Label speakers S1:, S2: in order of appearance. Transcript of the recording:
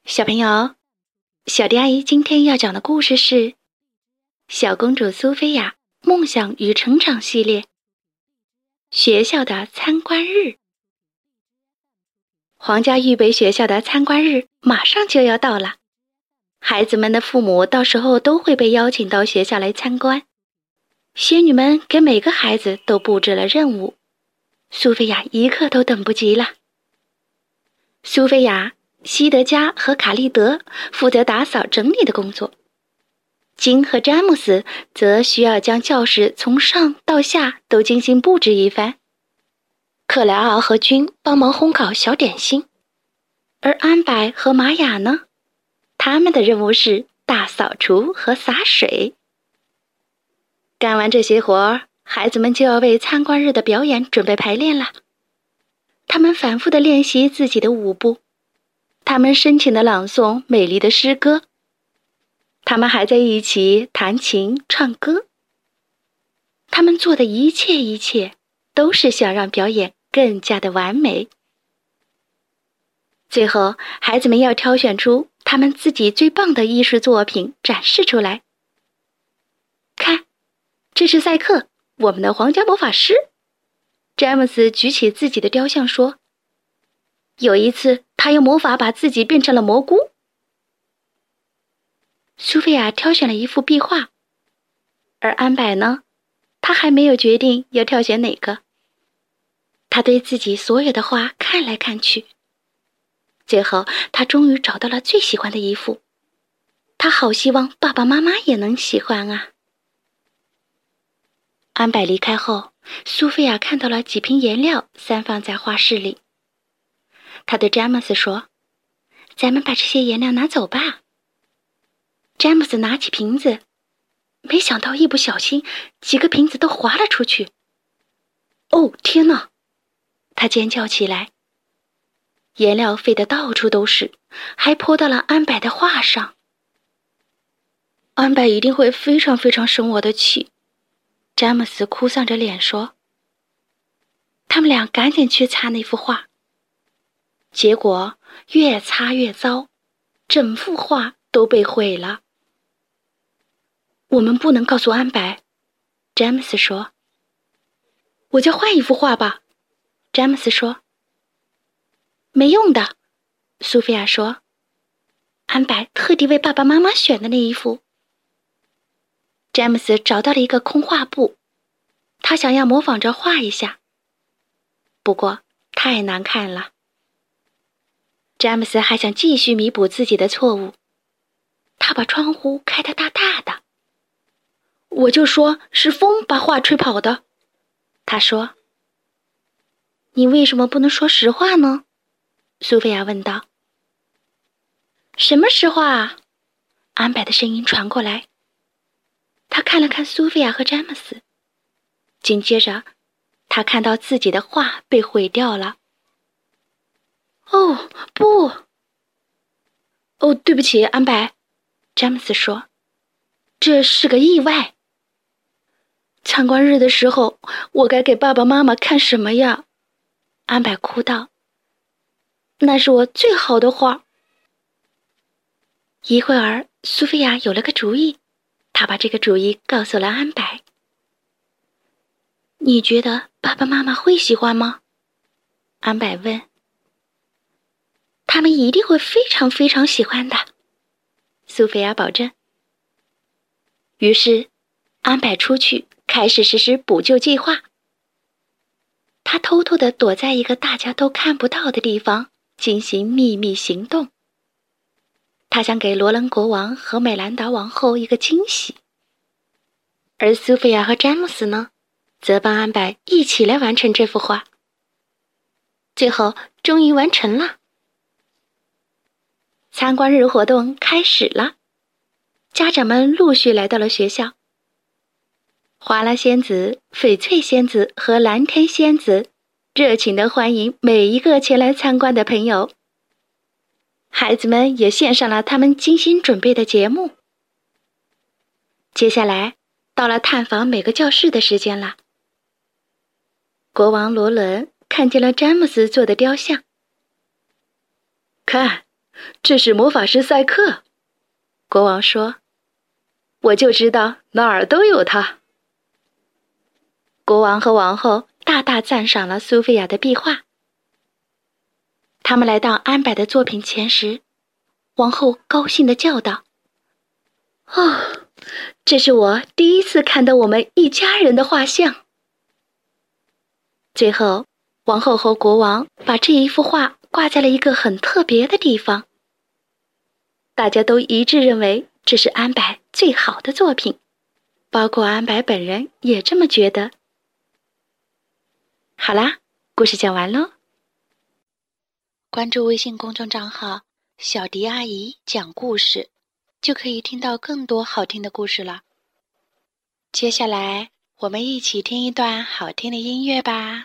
S1: 小朋友，小迪阿姨今天要讲的故事是《小公主苏菲亚梦想与成长系列》学校的参观日。皇家预备学校的参观日马上就要到了，孩子们的父母到时候都会被邀请到学校来参观。仙女们给每个孩子都布置了任务，苏菲亚一刻都等不及了。苏菲亚、西德加和卡利德负责打扫整理的工作，金和詹姆斯则需要将教室从上到下都精心布置一番。克莱尔和君帮忙烘烤小点心，而安柏和玛雅呢，他们的任务是大扫除和洒水。干完这些活，孩子们就要为参观日的表演准备排练了。他们反复地练习自己的舞步，他们深情地朗诵美丽的诗歌，他们还在一起弹琴唱歌。他们做的一切都是想让表演更加的完美。最后，孩子们要挑选出他们自己最棒的艺术作品展示出来。看，这是赛克，我们的皇家魔法师。詹姆斯举起自己的雕像说，有一次他用魔法把自己变成了蘑菇。苏菲亚挑选了一幅壁画，而安柏呢，他还没有决定要挑选哪个。他对自己所有的画看来看去，最后他终于找到了最喜欢的一幅。他好希望爸爸妈妈也能喜欢啊。安柏离开后，苏菲亚看到了几瓶颜料散放在画室里。他对詹姆斯说，咱们把这些颜料拿走吧。詹姆斯拿起瓶子，没想到一不小心几个瓶子都滑了出去。哦，天哪！他尖叫起来。颜料飞得到处都是，还泼到了安柏的画上。安柏一定会非常生我的气，詹姆斯哭丧着脸说。他们俩赶紧去擦那幅画，结果越擦越糟，整幅画都被毁了。我们不能告诉安柏，詹姆斯说。我就换一幅画吧，詹姆斯说。没用的，苏菲亚说。安柏特地为爸爸妈妈选的那一幅。詹姆斯找到了一个空画布，他想要模仿着画一下，不过太难看了。詹姆斯还想继续弥补自己的错误，他把窗户开得大大的。我就说是风把画吹跑的，他说。你为什么不能说实话呢？苏菲亚问道。什么实话啊？安柏的声音传过来。他看了看苏菲亚和詹姆斯，紧接着他看到自己的画被毁掉了。哦，不！哦，对不起，安柏，詹姆斯说。这是个意外。参观日的时候，我该给爸爸妈妈看什么呀？安柏哭道。那是我最好的画。一会儿，苏菲亚有了个主意，她把这个主意告诉了安柏。你觉得爸爸妈妈会喜欢吗？安柏问。他们一定会非常喜欢的，苏菲亚保证。于是，安柏出去开始实施补救计划。他偷偷地躲在一个大家都看不到的地方，进行秘密行动。他想给罗伦国王和美兰达王后一个惊喜。而苏菲亚和詹姆斯呢，则帮安柏一起来完成这幅画。最后，终于完成了。参观日活动开始了，家长们陆续来到了学校。华拉仙子、翡翠仙子和蓝天仙子热情地欢迎每一个前来参观的朋友。孩子们也献上了他们精心准备的节目。接下来，到了探访每个教室的时间了。国王罗伦看见了詹姆斯做的雕像。看，
S2: 这是魔法师赛克。国王说，我就知道哪儿都有他。国王和王后大大赞赏了苏菲亚的壁画。他们来到安柏的作品前时，王后高兴地叫道：哦，这是我第一次看到我们一家人的画像。最后，王后和国王把这一幅画挂在了一个很特别的地方。大家都一致认为这是安柏最好的作品，包括安柏本人也这么觉得。好啦，故事讲完喽。关注微信公众账号“小迪阿姨讲故事”，就可以听到更多好听的故事了。接下来，我们一起听一段好听的音乐吧。